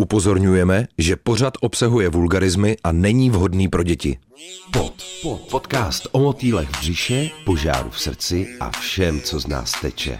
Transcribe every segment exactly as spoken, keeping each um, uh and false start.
Upozorňujeme, že pořad obsahuje vulgarismy a není vhodný pro děti. Pod, pod, podcast o motýlech v břiše, požáru v srdci a všem, co z nás teče.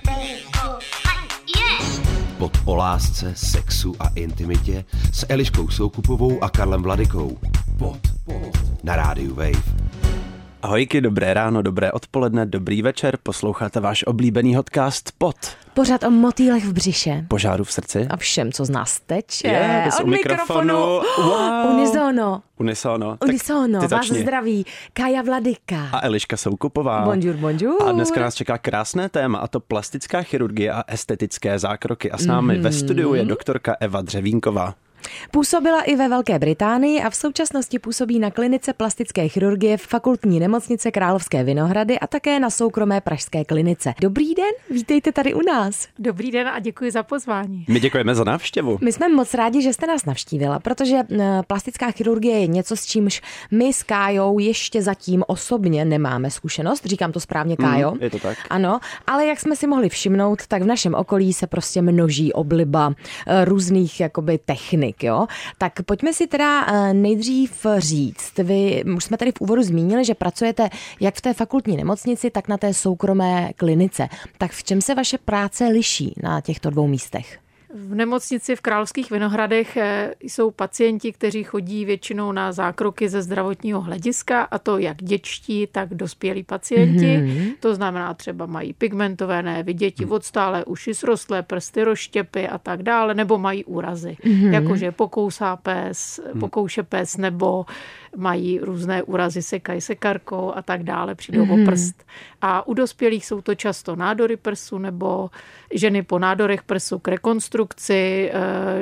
Pod o lásce, sexu a intimitě s Eliškou Soukupovou a Karlem Vladykou. Pod, pod, na rádiu Wave. Ahojky, dobré ráno, dobré odpoledne, dobrý večer, posloucháte váš oblíbený podcast Pod. Pořád o motýlech v břiše. Požáru v srdci. A všem, co z nás teče. Je, od mikrofonu. Wow. Unisono. Unisono. Unisono, vás zdraví Kája Vladyka. A Eliška Soukupová. Bonjour, bonjour. A dneska nás čeká krásné téma, a to plastická chirurgie a estetické zákroky. A s námi mm-hmm. ve studiu je doktorka Eva Dřevínková. Působila i ve Velké Británii a v současnosti působí na klinice plastické chirurgie v Fakultní nemocnice Královské Vinohrady a také na soukromé pražské klinice. Dobrý den, vítejte tady u nás. Dobrý den a děkuji za pozvání. My děkujeme za návštěvu. My jsme moc rádi, že jste nás navštívila, protože plastická chirurgie je něco, s čímž my s Kájou ještě zatím osobně nemáme zkušenost. Říkám to správně, Kájo? Mm, je to tak. Ano, ale jak jsme si mohli všimnout, tak v našem okolí se prostě množí obliba různých jakoby technik. Jo? Tak pojďme si teda nejdřív říct. Vy už jsme tady v úvodu zmínili, že pracujete jak v té fakultní nemocnici, tak na té soukromé klinice. Tak v čem se vaše práce liší na těchto dvou místech? V nemocnici v Královských Vinohradech jsou pacienti, kteří chodí většinou na zákroky ze zdravotního hlediska, a to jak dětští, tak dospělí pacienti. Mm-hmm. To znamená, třeba mají pigmentové névy, děti, odstálé uši, srostlé prsty, rozštěpy a tak dále, nebo mají úrazy, mm-hmm. jakože pokousá pes, pokouše pes, nebo mají různé úrazy, sekají sekarkou a tak dále, přijdou mm-hmm. o prst. A u dospělých jsou to často nádory prsu nebo ženy po nádorech prsu k rekonstrukci,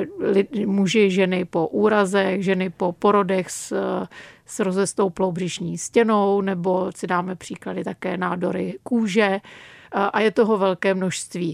muži, ženy po úrazech, ženy po porodech s, s rozestouplou břišní stěnou, nebo si dáme příklady také nádory kůže, a je toho velké množství.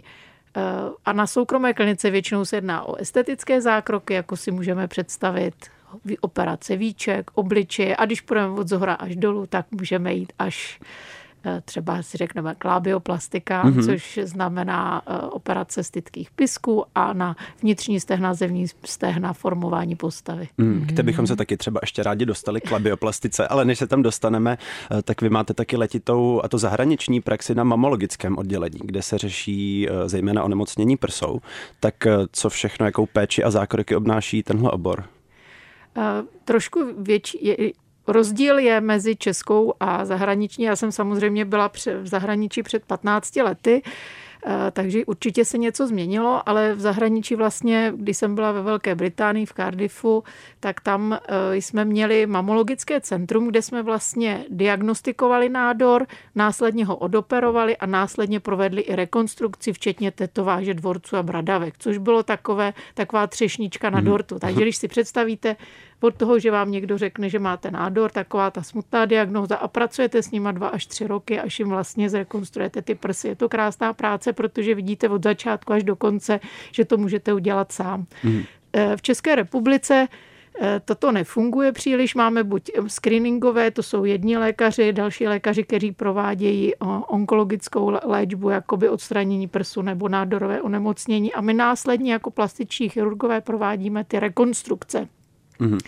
A na soukromé klinice většinou se jedná o estetické zákroky, jako si můžeme představit operace víček, obličeje, a když půjdeme od zhora až dolů, tak můžeme jít až třeba si řekneme klábioplastika, mm-hmm. což znamená operace stytkých pysků, a na vnitřní stehna, zevní stehna, formování postavy. Mm, kde bychom se taky třeba ještě rádi dostali k labioplastice, ale než se tam dostaneme, tak vy máte taky letitou a to zahraniční praxi na mamologickém oddělení, kde se řeší zejména onemocnění prsou. Tak co všechno, jakou péči a zákroky obnáší tenhle obor? Uh, trošku větší... Je, Rozdíl je mezi českou a zahraniční. Já jsem samozřejmě byla v zahraničí před patnácti lety, takže určitě se něco změnilo, ale v zahraničí vlastně, když jsem byla ve Velké Británii, v Cardiffu, tak tam jsme měli mamologické centrum, kde jsme vlastně diagnostikovali nádor, následně ho odoperovali a následně provedli i rekonstrukci, včetně tetováže dvorců a bradavek, což bylo takové, taková třešnička na dortu. Takže když si představíte, od toho, že vám někdo řekne, že máte nádor, taková ta smutná diagnóza, a pracujete s nima dva až tři roky, až jim vlastně zrekonstruujete ty prsy. Je to krásná práce, protože vidíte od začátku až do konce, že to můžete udělat sám. Mm. V České republice toto nefunguje příliš. Máme buď screeningové, to jsou jedni lékaři, další lékaři, kteří provádějí onkologickou léčbu, jakoby odstranění prsu nebo nádorové onemocnění, a my následně jako plastiční chirurgové provádíme ty rekonstrukce. Mm-hmm.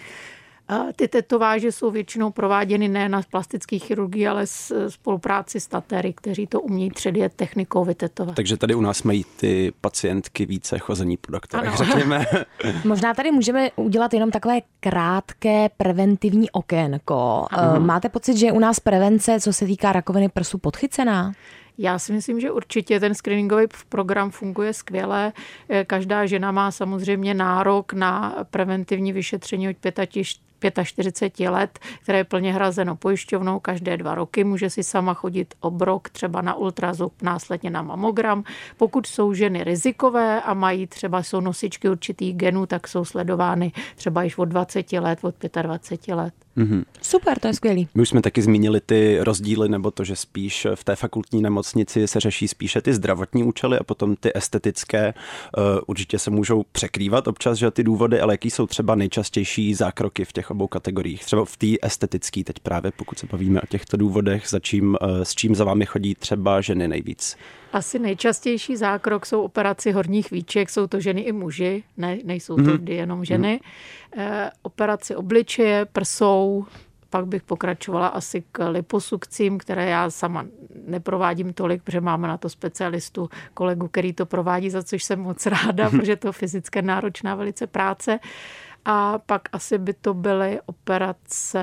Ty tetováže jsou většinou prováděny ne na plastické chirurgii, ale s spolupráci s tatéry, kteří to umějí tři dé technikou vytetovat. Takže tady u nás mají ty pacientky více chození po doktorech, řekněme. Možná tady můžeme udělat jenom takové krátké preventivní okénko. Aha. Máte pocit, že je u nás prevence, co se týká rakoviny prsu, podchycená? Já si myslím, že určitě ten screeningový program funguje skvěle. Každá žena má samozřejmě nárok na preventivní vyšetření od čtyřicet pět let, které je plně hrazeno pojišťovnou každé dva roky. Může si sama chodit obrok třeba na ultrazvuk, následně na mamogram. Pokud jsou ženy rizikové a mají třeba jsou nosičky určitých genů, tak jsou sledovány třeba již od dvacet let, od dvacet pět let. Mm-hmm. Super, to je skvělý. My už jsme taky zmínili ty rozdíly, nebo to, že spíš v té fakultní nemocnici se řeší spíše ty zdravotní účely a potom ty estetické. Uh, určitě se můžou překrývat občas, že ty důvody, ale jaký jsou třeba nejčastější zákroky v těch těch obou kategoriích? Třeba v té estetické teď právě, pokud se bavíme o těchto důvodech, za čím, s čím za vámi chodí třeba ženy nejvíc? Asi nejčastější zákrok jsou operaci horních víček, jsou to ženy i muži, ne, nejsou to vždy jenom ženy. Mm. E, operaci obličeje, prsou, pak bych pokračovala asi k liposukcím, které já sama neprovádím tolik, protože máme na to specialistu, kolegu, který to provádí, za což jsem moc ráda, protože to fyzicky náročná velice práce. A pak asi by to byly operace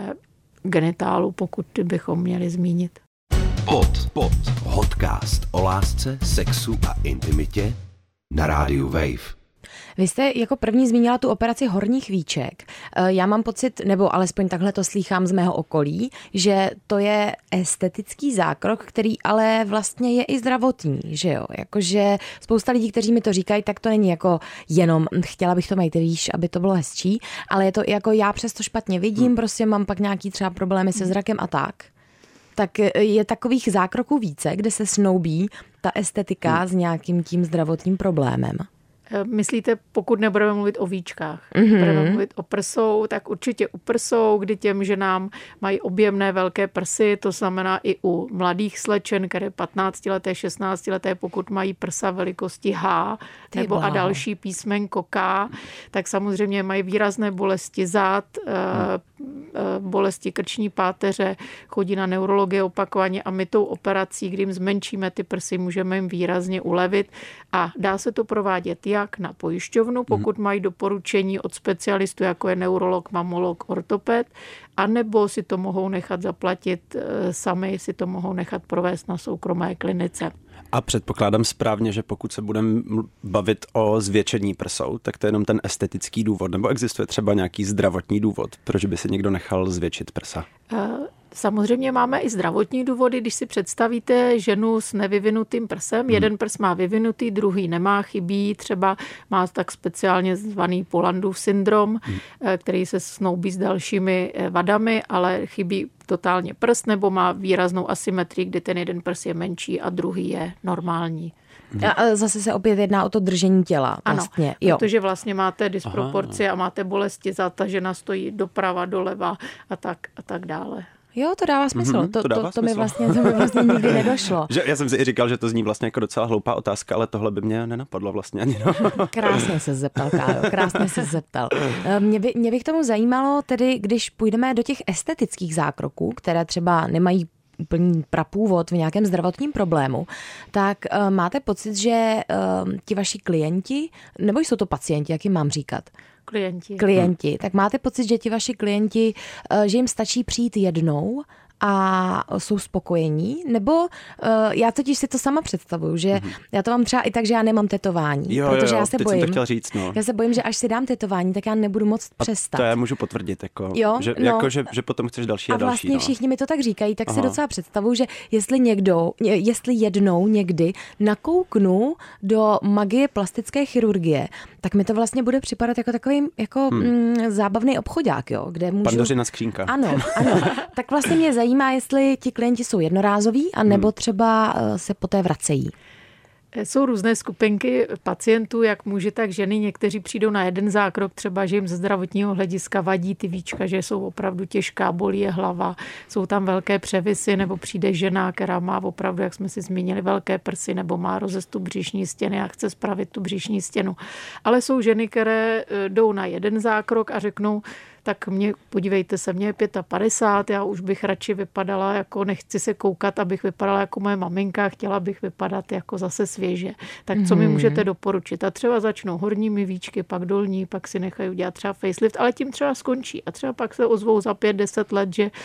genitálu, pokud bychom měli zmínit. Pod, pod, podcast o lásce, sexu a intimitě na rádiu Wave. Vy jste jako první zmínila tu operaci horních víček. Já mám pocit, nebo alespoň takhle to slýchám z mého okolí, že to je estetický zákrok, který ale vlastně je i zdravotní, že jo? Jakože spousta lidí, kteří mi to říkají, tak to není jako jenom chtěla bych to mít výš, aby to bylo hezčí, ale je to jako já přesto špatně vidím, hmm. prostě mám pak nějaký třeba problémy se zrakem a tak. Tak je takových zákroků více, kde se snoubí ta estetika hmm. s nějakým tím zdravotním problémem. Myslíte, pokud nebudeme mluvit o víčkách, mm-hmm. budeme mluvit o prsou, tak určitě u prsou, kdy těm ženám mají objemné velké prsy, to znamená i u mladých slečen, které patnáctileté, šestnáctileté, pokud mají prsa velikosti H Ty nebo wow. a další písmenko K, tak samozřejmě mají výrazné bolesti zad, hmm. bolesti krční páteře, chodí na neurologie opakovaně a my tou operací, kdy jim zmenšíme ty prsy, můžeme jim výrazně ulevit a dá se to provádět jak na pojišťovnu, pokud mají doporučení od specialistů, jako je neurolog, mamolog, ortoped, anebo si to mohou nechat zaplatit sami, si to mohou nechat provést na soukromé klinice. A předpokládám správně, že pokud se budeme bavit o zvětšení prsou, tak to je jenom ten estetický důvod, nebo existuje třeba nějaký zdravotní důvod, proč by si někdo nechal zvětšit prsa? Samozřejmě máme i zdravotní důvody, když si představíte ženu s nevyvinutým prsem. Hmm. Jeden prs má vyvinutý, druhý nemá, chybí, třeba má tak speciálně zvaný Polandův syndrom, hmm. který se snoubí s dalšími vadami, ale chybí totálně prst, nebo má výraznou asymetrii, kdy ten jeden prs je menší a druhý je normální. A zase se opět jedná o to držení těla. Vlastně. Ano, jo. Protože vlastně máte disproporci a máte bolesti za ta žena stojí doprava, doleva a tak, a tak dále. Jo, to dává smysl. Mm-hmm, to, to, dává to, to, smysl. Mi vlastně, to mi vlastně nikdy nedošlo. Že, já jsem si i říkal, že to zní vlastně jako docela hloupá otázka, ale tohle by mě nenapadlo vlastně ani. No. Krásně se zeptal, Kájo, krásně se zeptal. Mě by, mě by k tomu zajímalo, tedy když půjdeme do těch estetických zákroků, které třeba nemají úplný prapůvod v nějakém zdravotním problému, tak uh, máte pocit, že uh, ti vaši klienti, nebo jsou to pacienti, jak jim mám říkat? Klienti. Klienti. Hmm. Tak máte pocit, že ti vaši klienti, že jim stačí přijít jednou a jsou spokojení? Nebo uh, já totiž si to sama představuju, že mm-hmm. já to mám třeba i tak, že já nemám tetování. Jo, protože jo, já se teď bojím, jsem to chtěl říct, no. Já se bojím, že až si dám tetování, tak já nebudu moc a přestat. To já můžu potvrdit, jako, jo, že, no. jako že, že potom chceš další a, a další. A vlastně no. všichni mi to tak říkají, tak Aha. si docela představuju, že jestli někdo, jestli jednou někdy nakouknu do magie plastické chirurgie, tak mi to vlastně bude připadat jako takový jako hmm. mm, zábavný obchodák, jo, kde můžu... Pandořina skřínka. Ano, ano. Tak vlastně mě zajímá, jestli ti klienti jsou jednorázoví, anebo třeba se poté vracejí. Jsou různé skupinky pacientů, jak muži, tak ženy. Někteří přijdou na jeden zákrok, třeba, že jim ze zdravotního hlediska vadí ty víčka, že jsou opravdu těžká, bolí je hlava, jsou tam velké převisy, nebo přijde žena, která má opravdu, jak jsme si zmínili, velké prsy, nebo má rozestup břišní stěny a chce spravit tu břišní stěnu. Ale jsou ženy, které jdou na jeden zákrok a řeknou, tak mě, podívejte se, mě je padesát pět, já už bych radši vypadala jako, nechci se koukat, abych vypadala jako moje maminka, chtěla bych vypadat jako zase svěže. Tak co mi můžete doporučit? A třeba začnou horními víčky, pak dolní, pak si nechají udělat třeba facelift, ale tím třeba skončí. A třeba pak se ozvou za pět, deset let, že,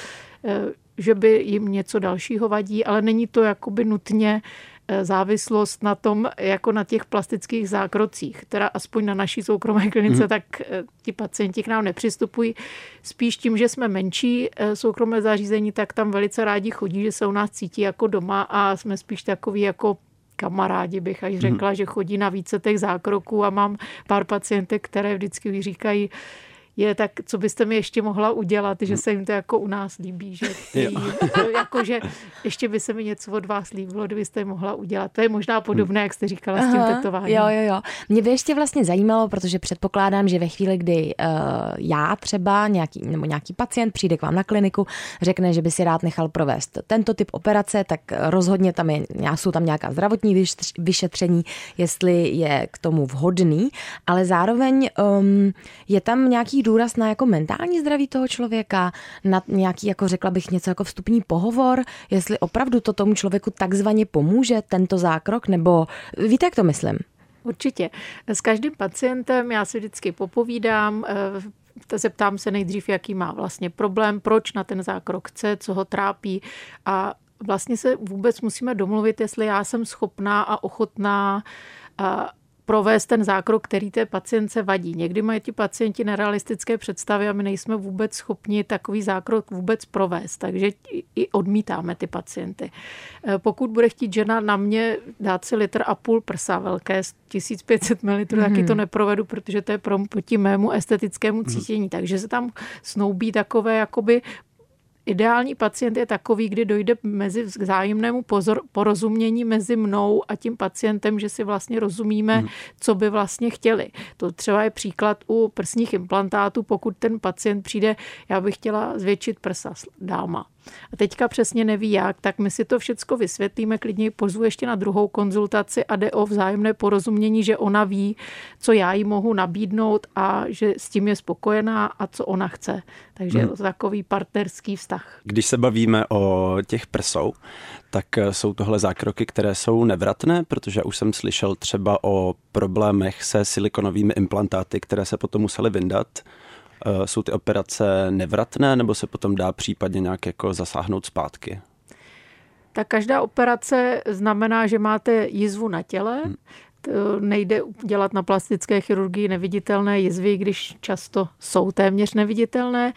že by jim něco dalšího vadí, ale není to jakoby nutně závislost na tom, jako na těch plastických zákrocích, teda aspoň na naší soukromé klinice, hmm. tak ti pacienti k nám nepřistupují. Spíš tím, že jsme menší soukromé zařízení, tak tam velice rádi chodí, že se u nás cítí jako doma a jsme spíš takový jako kamarádi, bych až řekla, hmm. že chodí na více těch zákroků a mám pár pacientek, které vždycky říkají, je, tak co byste mi ještě mohla udělat, že se jim to jako u nás líbí, že chtějí, jako, že ještě by se mi něco od vás líbilo, kdybyste mohla udělat. To je možná podobné, jak jste říkala, Aha, s tím tetováním. Jo, jo, jo. Mě by ještě vlastně zajímalo, protože předpokládám, že ve chvíli, kdy uh, já třeba nějaký, nebo nějaký pacient přijde k vám na kliniku, řekne, že by si rád nechal provést tento typ operace, tak rozhodně tam je, jsou tam nějaká zdravotní vyšetření, jestli je k tomu vhodný, ale zároveň um, je tam nějaký důraz na jako mentální zdraví toho člověka, na nějaký, jako řekla bych, něco jako vstupní pohovor, jestli opravdu to tomu člověku takzvaně pomůže, tento zákrok, nebo víte, jak to myslím? Určitě. S každým pacientem já si vždycky popovídám, zeptám se nejdřív, jaký má vlastně problém, proč na ten zákrok chce, co ho trápí a vlastně se vůbec musíme domluvit, jestli já jsem schopná a ochotná a provést ten zákrok, který té pacientce vadí. Někdy mají ti pacienti nerealistické představy a my nejsme vůbec schopni takový zákrok vůbec provést, takže i odmítáme ty pacienty. Pokud bude chtít žena na mě dát si litr a půl prsa velké, tisíc pět set mililitrů, mm. taky to neprovedu, protože to je proti mému estetickému cítění. Mm. Takže se tam snoubí takové jakoby ideální pacient je takový, kdy dojde mezi vzájemnému pozor, porozumění mezi mnou a tím pacientem, že si vlastně rozumíme, hmm. co by vlastně chtěli. To třeba je příklad u prsních implantátů, pokud ten pacient přijde, já bych chtěla zvětšit prsa, dáma. A teďka přesně neví jak, tak my si to všecko vysvětlíme, klidně ji pozvu ještě na druhou konzultaci a jde o vzájemné porozumění, že ona ví, co já jí mohu nabídnout a že s tím je spokojená a co ona chce. Takže hmm. je to takový partnerský vztah. Když se bavíme o těch prsou, tak jsou tohle zákroky, které jsou nevratné, protože už jsem slyšel třeba o problémech se silikonovými implantáty, které se potom musely vyndat. Jsou ty operace nevratné, nebo se potom dá případně nějak jako zasáhnout zpátky? Tak každá operace znamená, že máte jizvu na těle. Hmm. To nejde dělat na plastické chirurgii neviditelné jizvy, když často jsou téměř neviditelné.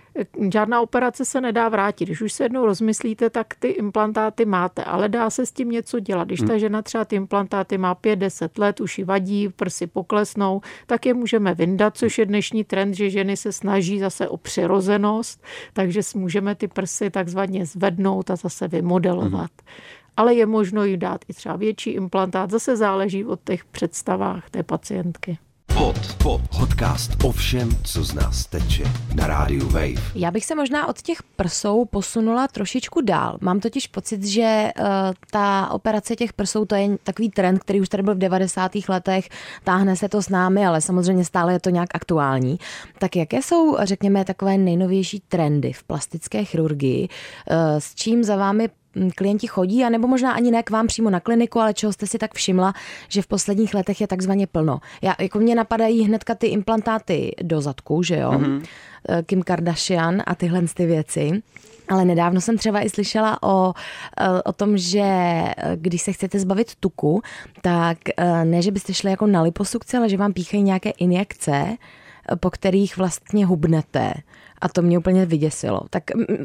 Žádná operace se nedá vrátit. Když už se jednou rozmyslíte, tak ty implantáty máte, ale dá se s tím něco dělat. Když ta žena třeba ty implantáty má pět deset let, už jí vadí, prsy poklesnou, tak je můžeme vyndat, což je dnešní trend, že ženy se snaží zase o přirozenost, takže můžeme ty prsy takzvaně zvednout a zase vymodelovat. Mm. Ale je možno jí dát i třeba větší implantát, zase záleží od těch představách té pacientky. Pod, pod, podcast o všem, co z nás teče na rádiu Wave. Já bych se možná od těch prsou posunula trošičku dál. Mám totiž pocit, že uh, ta operace těch prsou, to je takový trend, který už tady byl v devadesátých letech, táhne se to s námi, ale samozřejmě stále je to nějak aktuální. Tak jaké jsou, řekněme, takové nejnovější trendy v plastické chirurgii, uh, s čím za vámi klienti chodí, anebo možná ani ne k vám přímo na kliniku, ale čeho jste si tak všimla, že v posledních letech je takzvaně plno. Já, jako mě napadají hnedka ty implantáty do zadku, že jo? Mm-hmm. Kim Kardashian a tyhle ty věci. Ale nedávno jsem třeba i slyšela o, o tom, že když se chcete zbavit tuku, tak ne, že byste šli jako na liposukci, ale že vám píchají nějaké injekce, po kterých vlastně hubnete. A to mě úplně vyděsilo. Tak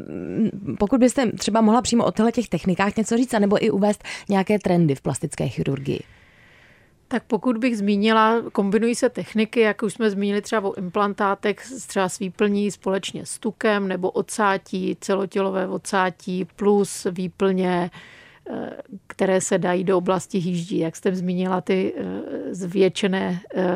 pokud byste třeba mohla přímo o těchto těch technikách něco říct, anebo i uvést nějaké trendy v plastické chirurgii. Tak pokud bych zmínila, kombinují se techniky, jak už jsme zmínili třeba o implantátech, třeba s výplní společně s tukem nebo odsátí, celotělové odsátí plus výplně, které se dají do oblasti hýždí. Jak jste zmínila, ty zvětšené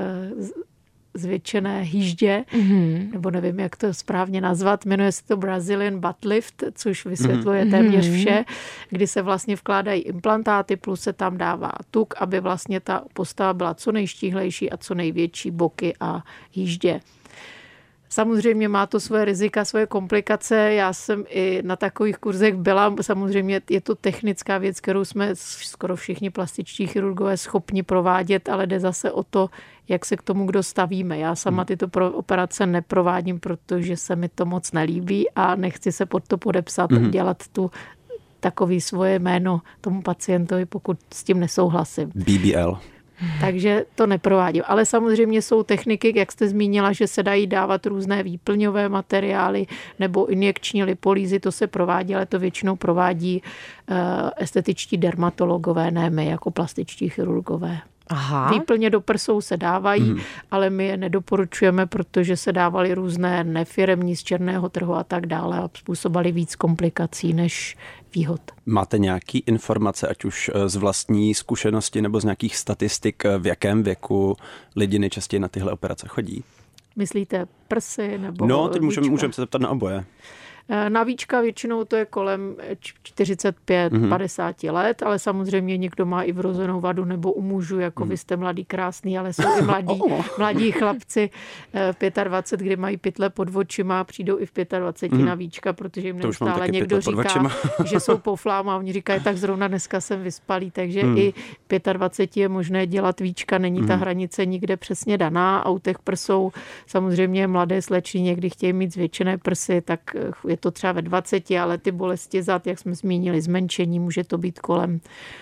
zvětšené hýždě, mm-hmm. nebo nevím, jak to správně nazvat, jmenuje se to Brazilian butt lift, což vysvětluje mm-hmm. téměř vše, kdy se vlastně vkládají implantáty, plus se tam dává tuk, aby vlastně ta postava byla co nejštíhlejší a co největší boky a hýždě. Samozřejmě má to svoje rizika, svoje komplikace. Já jsem i na takových kurzech byla. Samozřejmě je to technická věc, kterou jsme skoro všichni plastičtí chirurgové schopni provádět, ale jde zase o to, jak se k tomu kdo stavíme. Já sama tyto operace neprovádím, protože se mi to moc nelíbí a nechci se pod to podepsat mm-hmm. dělat tu takový svoje jméno tomu pacientovi, pokud s tím nesouhlasím. B B L. Takže to neprovádím. Ale samozřejmě jsou techniky, jak jste zmínila, že se dají dávat různé výplňové materiály nebo injekční lipolýzy, to se provádí, ale to většinou provádí uh, estetičtí dermatologové, ne my jako plastičtí chirurgové. Aha. Výplně do prsou se dávají, hmm. ale my je nedoporučujeme, protože se dávaly různé nefiremní z černého trhu a tak dále a způsobaly víc komplikací než výhod. Máte nějaké informace, ať už z vlastní zkušenosti nebo z nějakých statistik, v jakém věku lidi nejčastěji na tyhle operace chodí? Myslíte prsy nebo No, teď můžeme můžeme se zeptat na oboje. Na víčka většinou to je kolem čtyřicet pět padesát mm-hmm. let, ale samozřejmě někdo má i vrozenou vadu nebo u mužů, jako mm. vy jste mladý, krásný, ale jsou i mladí, mladí chlapci v dvacet pět, kdy mají pytle pod očima, přijdou i v dvacet pět mm. na víčka, protože jim neustále někdo říká, že jsou poflám a oni říkají, tak zrovna dneska jsem vyspalý, takže mm. i dvacet pět je možné dělat víčka, není mm. ta hranice nikde přesně daná a u těch prsou samozřejmě mladé slečny někdy chtějí mít zvětšené prsy, tak je to třeba ve dvaceti, ale ty bolesti zad, jak jsme zmínili, zmenšení, může to být kolem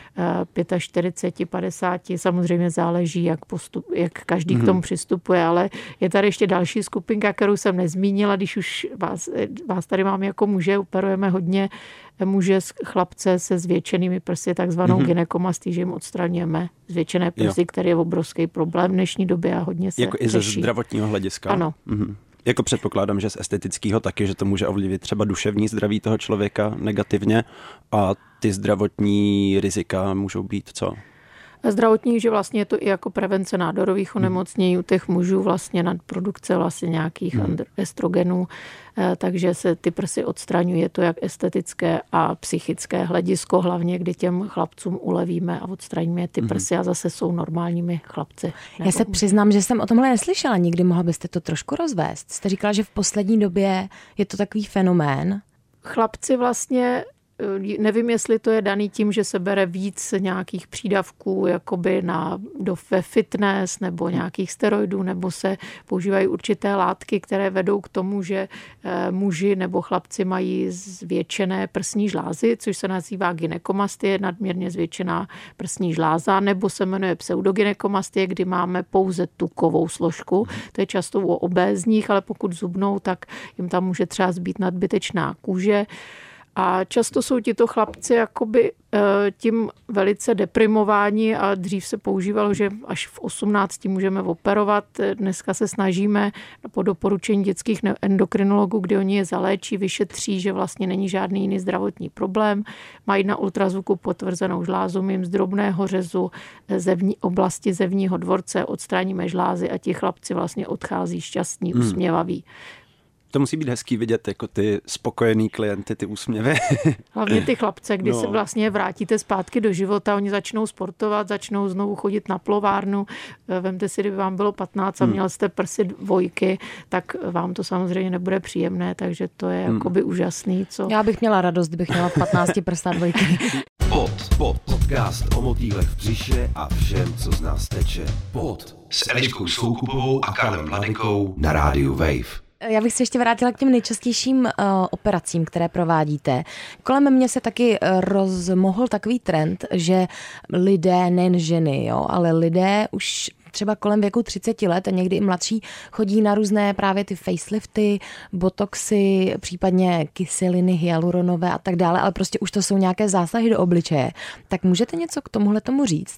čtyřicet pět, padesát, samozřejmě záleží, jak, postup, jak každý mm-hmm. k tomu přistupuje, ale je tady ještě další skupinka, kterou jsem nezmínila, když už vás, vás tady mám jako muže, operujeme hodně muže, chlapce se zvětšenými prsy, takzvanou mm-hmm. gynekomastii, že jim odstraňujeme zvětšené prsy, jo. který je obrovský problém v dnešní době a hodně se jako řeší. I ze zdravotního hlediska? Ano. Mm-hmm. Jako předpokládám, že z estetického taky, že to může ovlivnit třeba duševní zdraví toho člověka negativně a ty zdravotní rizika můžou být co? Zdravotní, že vlastně je to i jako prevence nádorových onemocnění u těch mužů, vlastně nadprodukce vlastně nějakých hmm. estrogenů, takže se ty prsy odstraňují, je to jak estetické a psychické hledisko, hlavně kdy těm chlapcům ulevíme a odstraníme ty prsy a zase jsou normálními chlapci. Já se přiznám, že jsem o tomhle neslyšela nikdy, mohla byste to trošku rozvést. Jste říkala, že v poslední době je to takový fenomén. Chlapci vlastně nevím, jestli to je daný tím, že se bere víc nějakých přídavků jakoby na, do, ve fitness nebo nějakých steroidů, nebo se používají určité látky, které vedou k tomu, že e, muži nebo chlapci mají zvětšené prsní žlázy, což se nazývá gynekomastie, nadměrně zvětšená prsní žláza, nebo se jmenuje pseudogynekomastie, kdy máme pouze tukovou složku. To je často u obézních, ale pokud zubnou, tak jim tam může třeba zbýt nadbytečná kůže. A často jsou tito chlapci jakoby tím velice deprimováni a dřív se používalo, že až v osmnácti můžeme operovat. Dneska se snažíme po doporučení dětských endokrinologů, kdy oni je zaléčí, vyšetří, že vlastně není žádný jiný zdravotní problém. Mají na ultrazvuku potvrzenou žlázu, my jim z drobného řezu zevní, oblasti zevního dvorce odstraníme žlázy a ti chlapci vlastně odchází šťastní, hmm. usměvaví. To musí být hezký vidět, jako ty spokojený klienty, ty úsměvy. Hlavně ty chlapce, kdy no. se vlastně vrátíte zpátky do života, oni začnou sportovat, začnou znovu chodit na plovárnu. Vemte si, kdyby vám bylo patnáct a měl jste prsy dvojky, tak vám to samozřejmě nebude příjemné, takže to je hmm. jakoby úžasný. Co... Já bych měla radost, kdybych měla v patnácti prsa dvojky. Pod, pod, podcast o motýlech v břiše a všem, co z nás teče. Pod s Eliškou Soukupovou a Karlem Mladenkou na rádiu Wave. Já bych se ještě vrátila k těm nejčastějším uh, operacím, které provádíte. Kolem mě se taky rozmohl takový trend, že lidé, nejen ženy, jo, ale lidé už třeba kolem věku třicet let a někdy i mladší chodí na různé právě ty facelifty, botoxy, případně kyseliny hyaluronové a tak dále, ale prostě už to jsou nějaké zásahy do obličeje. Tak můžete něco k tomuhle tomu říct?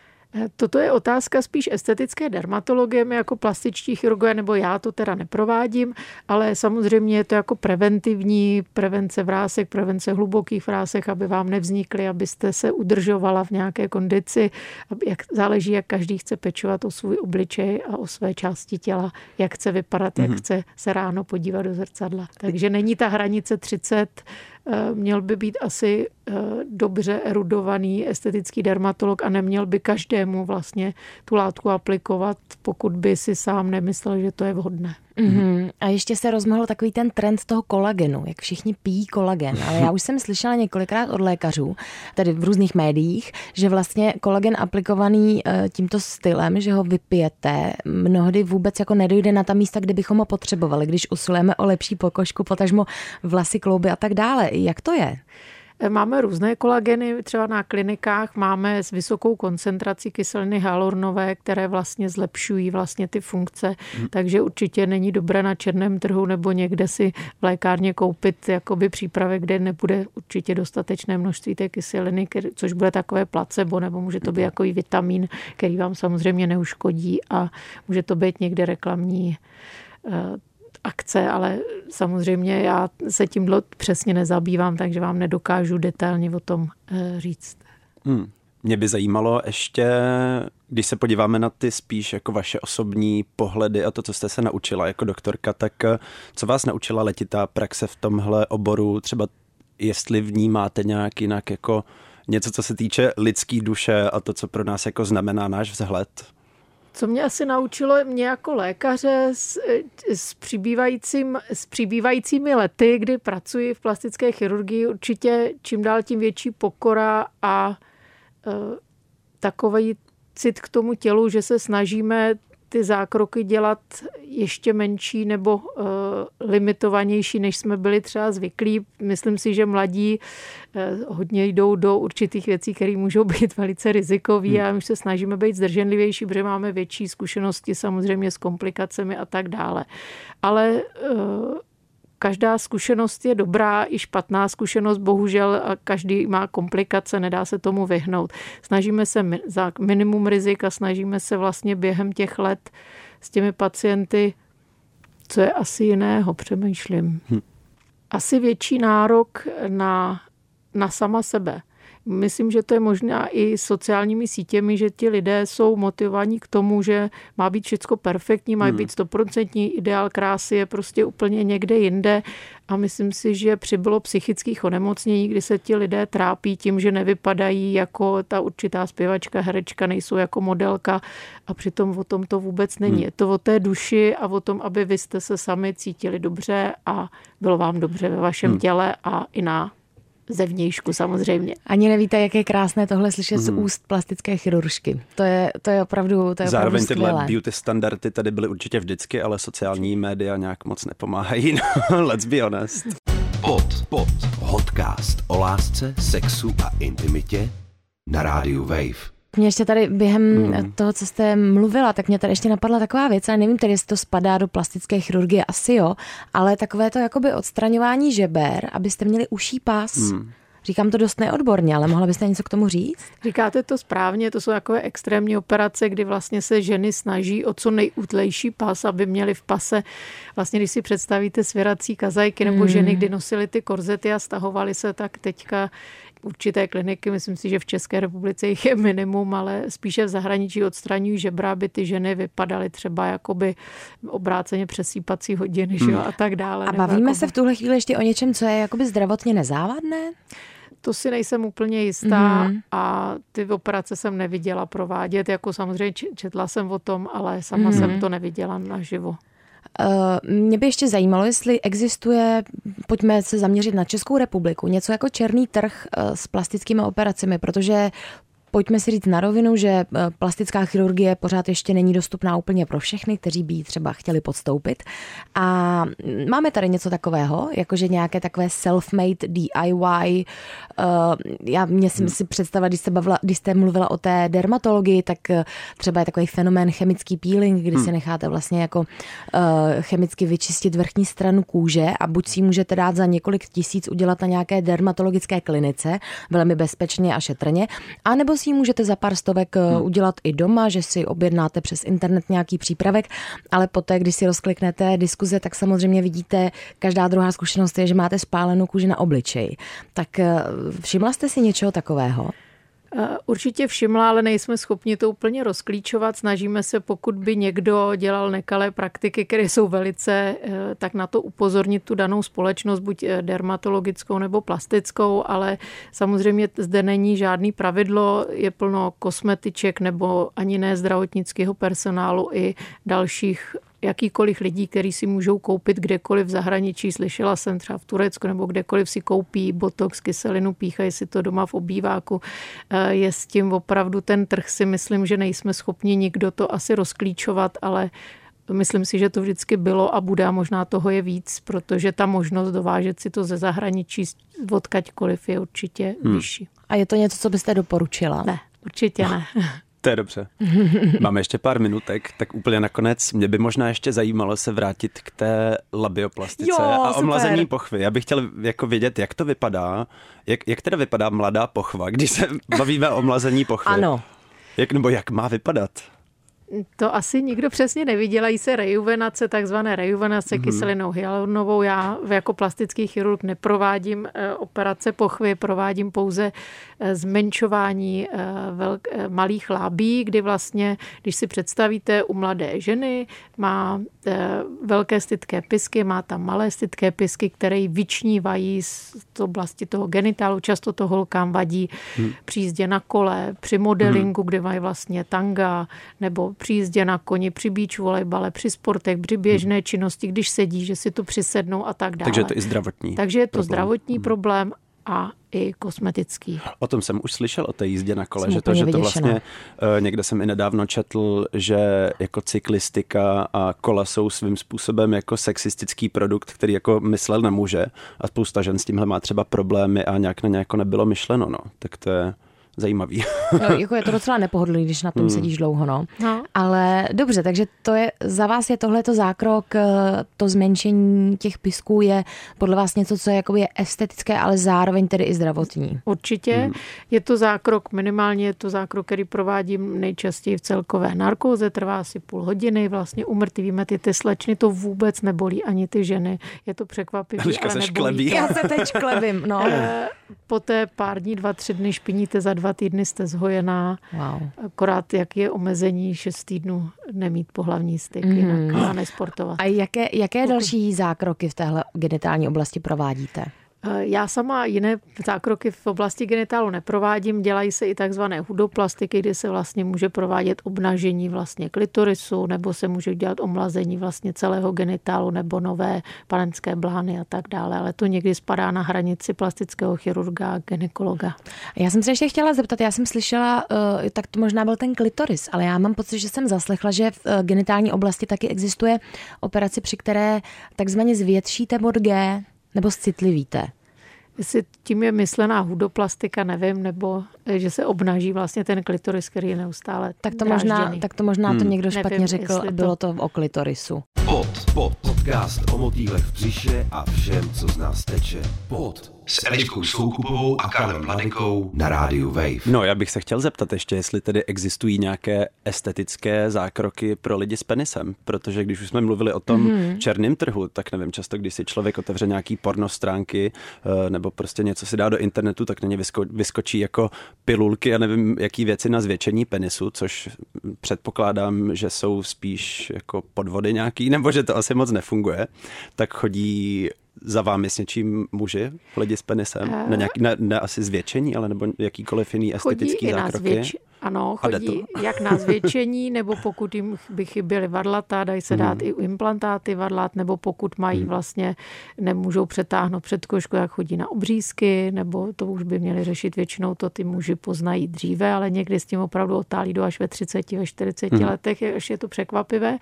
Toto je otázka spíš estetické dermatologie, my jako plastičtí chirurgové, nebo já to teda neprovádím, ale samozřejmě je to jako preventivní, prevence vrásek, prevence hlubokých vrásek, aby vám nevznikly, abyste se udržovala v nějaké kondici. Jak, záleží, jak každý chce pečovat o svůj obličej a o své části těla, jak chce vypadat, mm-hmm. jak chce se ráno podívat do zrcadla. Takže není ta hranice třicet, měl by být asi dobře erudovaný estetický dermatolog a neměl by každému vlastně tu látku aplikovat, pokud by si sám nemyslel, že to je vhodné. Mm-hmm. A ještě se rozmohl takový ten trend toho kolagenu, jak všichni pijí kolagen, ale já už jsem slyšela několikrát od lékařů, tedy v různých médiích, že vlastně kolagen aplikovaný tímto stylem, že ho vypijete, mnohdy vůbec jako nedojde na ta místa, kde bychom ho potřebovali, když usilujeme o lepší pokožku, potažmo vlasy, klouby a tak dále. Jak to je? Máme různé kolageny, třeba na klinikách máme s vysokou koncentrací kyseliny hyaluronové, které vlastně zlepšují vlastně ty funkce, hmm. takže určitě není dobré na černém trhu nebo někde si v lékárně koupit jakoby přípravek, kde nebude určitě dostatečné množství té kyseliny, což bude takové placebo, nebo může to být jako i vitamin, který vám samozřejmě neuškodí a může to být někde reklamní akce, ale samozřejmě já se tímhle přesně nezabývám, takže vám nedokážu detailně o tom říct. Hmm. Mě by zajímalo ještě, když se podíváme na ty spíš jako vaše osobní pohledy a to, co jste se naučila jako doktorka, tak co vás naučila letitá praxe v tomhle oboru, třeba jestli v ní máte nějak jinak jako něco, co se týče lidský duše a to, co pro nás jako znamená náš vzhled? Co mě asi naučilo mě jako lékaře s, s, přibývajícím, s přibývajícími lety, kdy pracuji v plastické chirurgii, určitě čím dál tím větší pokora a e, takový cit k tomu tělu, že se snažíme ty zákroky dělat ještě menší nebo uh, limitovanější, než jsme byli třeba zvyklí. Myslím si, že mladí uh, hodně jdou do určitých věcí, které můžou být velice rizikový hmm. a my se snažíme být zdrženlivější, protože máme větší zkušenosti samozřejmě s komplikacemi a tak dále. Ale uh, každá zkušenost je dobrá, i špatná zkušenost, bohužel a každý má komplikace, nedá se tomu vyhnout. Snažíme se za minimum rizik a snažíme se vlastně během těch let s těmi pacienty, co je asi jiného, přemýšlím. Hm. Asi větší nárok na, na sama sebe. Myslím, že to je možná i sociálními sítěmi, že ti lidé jsou motivovaní k tomu, že má být všecko perfektní, má být stoprocentní ideál krásy je prostě úplně někde jinde a myslím si, že přibylo psychických onemocnění, kdy se ti lidé trápí tím, že nevypadají jako ta určitá zpěvačka, herečka, nejsou jako modelka a přitom o tom to vůbec není. Hmm. Je to o té duši a o tom, aby vy jste se sami cítili dobře a bylo vám dobře ve vašem hmm. těle a i na zevnějšku samozřejmě. Ani nevíte, jak je krásné tohle slyšet mm. z úst plastické chiruržky. To je, to je opravdu, to je Zároveň opravdu tyhle beauty standardy tady byly určitě vždycky, ale sociální média nějak moc nepomáhají. No, let's be honest. Pod, pod, podcast o lásce, sexu a intimitě na rádiu Wave. Mě ještě tady během mm. toho, co jste mluvila, tak mě tady ještě napadla taková věc, ale nevím tedy, jestli to spadá do plastické chirurgie, asi jo, ale takové to jakoby odstraňování žeber, abyste měli uší pás. Mm. Říkám to dost neodborně, ale mohla byste něco k tomu říct? Říkáte to správně, to jsou takové extrémní operace, kdy vlastně se ženy snaží o co nejútlejší pas, aby měly v pase, vlastně když si představíte svěrací kazajky nebo mm. ženy, kdy nosily ty korzety a stahovaly se, tak teďka určité kliniky, myslím si, že v České republice jich je minimum, ale spíše v zahraničí odstraňují žebra, aby ty ženy vypadaly třeba jakoby obráceně přesýpací hodiny, hmm. že jo, a tak dále. A bavíme jakoby se v tuhle chvíli ještě o něčem, co je jakoby zdravotně nezávadné? To si nejsem úplně jistá mm. a ty operace jsem neviděla provádět, jako samozřejmě četla jsem o tom, ale sama mm. jsem to neviděla naživo. Mě by ještě zajímalo, jestli existuje, pojďme se zaměřit na Českou republiku, něco jako černý trh s plastickými operacemi, protože pojďme si říct na rovinu, že plastická chirurgie pořád ještě není dostupná úplně pro všechny, kteří by ji třeba chtěli podstoupit. A máme tady něco takového, jakože nějaké takové self-made D I Y. Já mě si, si představila, když jste, bavila, když jste mluvila o té dermatologii, tak třeba je takový fenomén chemický peeling, kdy hmm. si necháte vlastně jako chemicky vyčistit vrchní stranu kůže a buď si ji můžete dát za několik tisíc udělat na nějaké dermatologické klinice, velmi bezpečně a šetrně, anebo si ji můžete za pár stovek hmm. udělat i doma, že si objednáte přes internet nějaký přípravek, ale poté, když si rozkliknete diskuze, tak samozřejmě vidíte, každá druhá zkušenost je, že máte spálenou kůži na obličeji. Tak všimla jste si něčeho takového? Určitě všimla, ale nejsme schopni to úplně rozklíčovat. Snažíme se, pokud by někdo dělal nekalé praktiky, které jsou velice, tak na to upozornit tu danou společnost, buď dermatologickou nebo plastickou, ale samozřejmě zde není žádný pravidlo, je plno kosmetiček nebo ani ne zdravotnického personálu i dalších jakýkoliv lidí, kteří si můžou koupit kdekoliv v zahraničí. Slyšela jsem třeba v Turecku nebo kdekoliv si koupí botox, kyselinu, píchají si to doma v obýváku. Je s tím opravdu ten trh, si myslím, že nejsme schopni nikdo to asi rozklíčovat, ale myslím si, že to vždycky bylo a bude a možná toho je víc, protože ta možnost dovážet si to ze zahraničí odkaďkoliv je určitě hmm. vyšší. A je to něco, co byste doporučila? Ne, určitě ne. To je dobře. Máme ještě pár minutek, tak úplně nakonec mě by možná ještě zajímalo se vrátit k té labioplastice jo, a super. omlazení pochvy. Já bych chtěl jako vědět, jak to vypadá, jak, jak teda vypadá mladá pochva, když se bavíme o omlazení pochvy. Ano. Jak, nebo jak má vypadat? To asi nikdo přesně neví. Dělají se rejuvenace, takzvané rejuvenace mm. kyselinou hyaluronovou. Já jako plastický chirurg neprovádím operace pochvy, provádím pouze zmenšování velk, malých lábí, kdy vlastně, když si představíte u mladé ženy, má velké stytké pisky, má tam malé stytké pisky, které ji vyčnívají z oblasti toho genitálu. Často to holkám vadí mm. při jízdě na kole, při modelingu, mm. kde mají vlastně tanga, nebo při jízdě na koni, při beach volejbale, při sportech, při běžné hmm. činnosti, když sedí, že si to přisednou a tak dále. Takže je to i zdravotní Takže je to problém. zdravotní hmm. problém a i kosmetický. O tom jsem už slyšel, o té jízdě na kole, jsem že to, že to vyděšená. vlastně, někde jsem i nedávno četl, že jako cyklistika a kola jsou svým způsobem jako sexistický produkt, který jako myslel na muže a spousta žen s tímhle má třeba problémy a nějak na ně jako nebylo myšleno, no. Tak to je zajímavý. No, jako je to docela nepohodlný, když na tom hmm. sedíš dlouho, no. no. Ale dobře, takže to je, za vás je tohleto zákrok, to zmenšení těch pisků je podle vás něco, co je, jakoby je estetické, ale zároveň tedy i zdravotní. Určitě. Hmm. Je to zákrok, minimálně je to zákrok, který provádím nejčastěji v celkové narkóze, trvá asi půl hodiny, vlastně umrtvíme ty, ty slečny, to vůbec nebolí ani ty ženy. Je to překvapivé, ale nebolí. Já se teď šklebím, no. Poté pár dní, dva, tři dny špiníte, za dva týdny jste zhojená. Wow. Akorát, jak je omezení šest týdnů nemít pohlavní styk, mm. jinak a nesportovat. A jaké, jaké další zákroky v téhle genitální oblasti provádíte? Já sama jiné zákroky v oblasti genitálu neprovádím, dělají se i takzvané hudoplastiky, kdy se vlastně může provádět obnažení vlastně klitorisu, nebo se může dělat omlazení vlastně celého genitálu, nebo nové panenské blány a tak dále, ale to někdy spadá na hranici plastického chirurga a gynekologa. Já jsem se ještě chtěla zeptat, já jsem slyšela, tak to možná byl ten klitoris, ale já mám pocit, že jsem zaslechla, že v genitální oblasti taky existuje operace, při které takzvaně zvětšíte bod G, nebo zcitlivíte. Jestli tím je myslená hudoplastika, nevím, nebo že se obnaží vlastně ten klitoris, který je neustále tak to možná, tak to možná hmm. to někdo špatně nevím, řekl a bylo to... to o klitorisu. Pod, pod, podcast o motýlech v břiše a všem, co z nás teče. Pod s Eliškou Soukupovou a Karlem Mladenkou na rádiu Wave. No, já bych se chtěl zeptat ještě, jestli tedy existují nějaké estetické zákroky pro lidi s penisem, protože když už jsme mluvili o tom mm-hmm. černém trhu, tak nevím, často když si člověk otevře nějaký porno stránky nebo prostě něco si dá do internetu, tak na ně vysko- vyskočí jako pilulky a nevím, jaký věci na zvětšení penisu, což předpokládám, že jsou spíš jako podvody nějaký, nebo že to asi moc nefunguje, tak chodí za vámi s něčím muži, lidi s penisem? Na, nějaký, na, na asi zvětšení, ale nebo jakýkoliv jiný estetický zákroky? Ano, chodí jak na zvětšení, nebo pokud jim by chyběly varlata, dají se dát hmm. i implantáty varlat, nebo pokud mají hmm. vlastně, nemůžou přetáhnout předkošku, jak chodí na obřízky, nebo to už by měli řešit většinou, to ty muži poznají dříve, ale někdy s tím opravdu otálí do až ve třiceti, ve čtyřiceti hmm. letech, až je to překvapivé.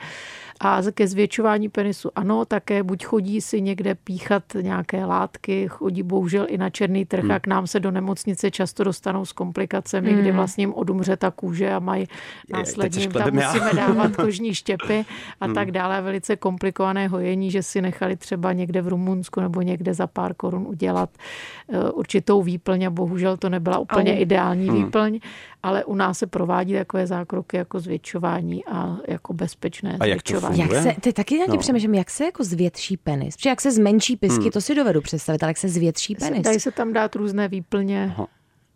A ke zvětšování penisu ano, také buď chodí si někde píchat nějaké látky, chodí bohužel i na černý trh hmm. a k nám se do nemocnice často dostanou s komplikacemi, hmm. kdy vlastně jim odumře ta kůže a mají následně jim tam musíme dávat kožní štěpy a hmm. tak dále. Velice komplikované hojení, že si nechali třeba někde v Rumunsku nebo někde za pár korun udělat určitou výplň a bohužel to nebyla úplně Au. ideální hmm. výplň, ale u nás se provádí takové zákroky jako zvětšování a jako bezpečné a zvětšování. Jak se, ty taky na tím no. přemýšlím, jak se jako zvětší penis? Protože jak se zmenší pisky, hmm. to si dovedu představit, ale jak se zvětší penis? Dají se tam dát různé výplně. Aha.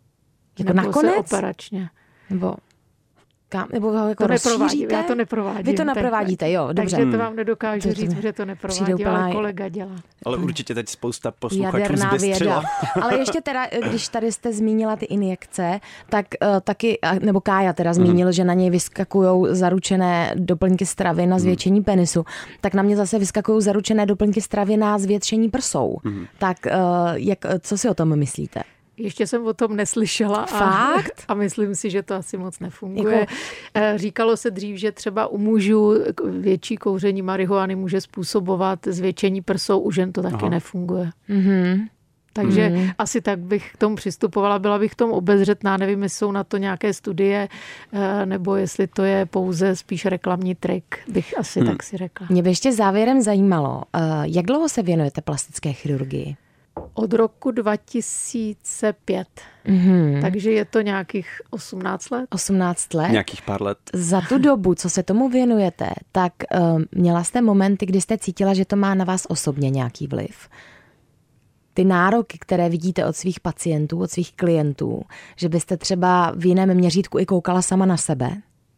Jako nakonec? Operačně. Nebo, kam, nebo ho jako to rozšíříte? Já to neprovádím. Vy to neprovádíte, jo, dobře. Takže to vám nedokážu to říct, že to neprovádím, ale kolega dělá. Ale určitě teď spousta posluchačů zbystřila. Ale ještě teda, když tady jste zmínila ty injekce, tak uh, taky, nebo Kája teda zmínil, mm. že na něj vyskakují zaručené doplňky stravy na zvětšení mm. penisu, tak na mě zase vyskakují zaručené doplňky stravy na zvětšení prsou. Mm. Tak uh, jak, co si o tom myslíte? Ještě jsem o tom neslyšela a, Fakt? a myslím si, že to asi moc nefunguje. Jako... Říkalo se dřív, že třeba u mužů větší kouření marihuany může způsobovat zvětšení prsou, u žen to taky Aha. nefunguje. Mm-hmm. Takže mm. asi tak bych k tomu přistupovala, byla bych k tomu obezřetná, nevím, jestli jsou na to nějaké studie, nebo jestli to je pouze spíš reklamní trik, bych asi hmm. tak si řekla. Mě by ještě závěrem zajímalo, jak dlouho se věnujete plastické chirurgii? Od roku dva tisíce pět, mm-hmm. takže je to nějakých osmnáct let. osmnáct let? Nějakých pár let. Za tu dobu, co se tomu věnujete, tak uh, měla jste momenty, kdy jste cítila, že to má na vás osobně nějaký vliv? Ty nároky, které vidíte od svých pacientů, od svých klientů, že byste třeba v jiném měřítku i koukala sama na sebe?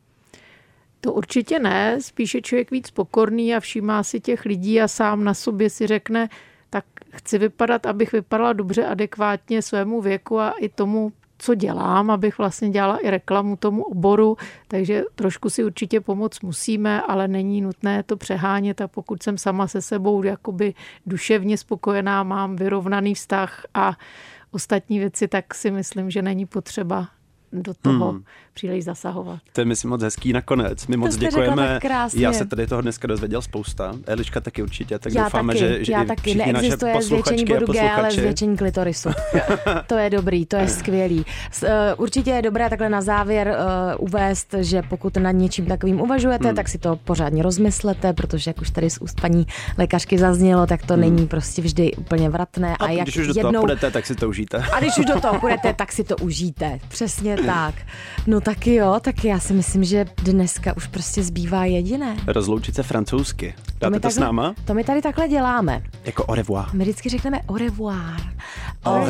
To určitě ne, spíše člověk víc pokorný a všímá si těch lidí a sám na sobě si řekne, tak chci vypadat, abych vypadala dobře, adekvátně svému věku a i tomu, co dělám, abych vlastně dělala i reklamu tomu oboru, takže trošku si určitě pomoct musíme, ale není nutné to přehánět a pokud jsem sama se sebou jakoby duševně spokojená, mám vyrovnaný vztah a ostatní věci, tak si myslím, že není potřeba do toho hmm. příliš zasahovat. To je, myslím, moc hezký nakonec. My moc děkujeme. Já se tady toho dneska dozvěděl spousta. Eliška taky určitě, tak já doufáme, taky, že, že já i taky. všichni naše posluchačky a posluchači. Ale zvětšení klitorisu. To je dobrý, to je skvělý. Určitě je dobré takhle na závěr uh, uvést, že pokud nad něčím takovým uvažujete, hmm. tak si to pořádně rozmyslete, protože jak už tady z úst paní lékařky zaznělo, tak to hmm. není prostě vždy úplně vratné. A, a jak když už do jednou... toho půjdete, tak si to užijte. A když už do toho půjdete, tak si to užijte. Přesně tak. No taky jo, tak já si myslím, že dneska už prostě zbývá jediné. Rozloučit se francouzsky. Dáte to, to takhle, s náma? To my tady takhle děláme. Jako au revoir. My vždycky řekneme au revoir. Au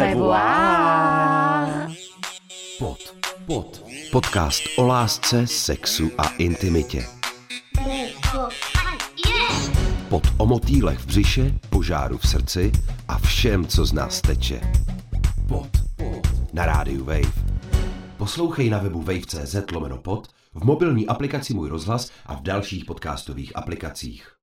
revoir. Pod, pod. Podcast o lásce, sexu a intimitě. Pod o motýlech v břiše, požáru v srdci a všem, co z nás teče. Pod, pod. Na rádiu Wave. Poslouchej na webu wave tečka cz lomeno pod, v mobilní aplikaci Můj rozhlas a v dalších podcastových aplikacích.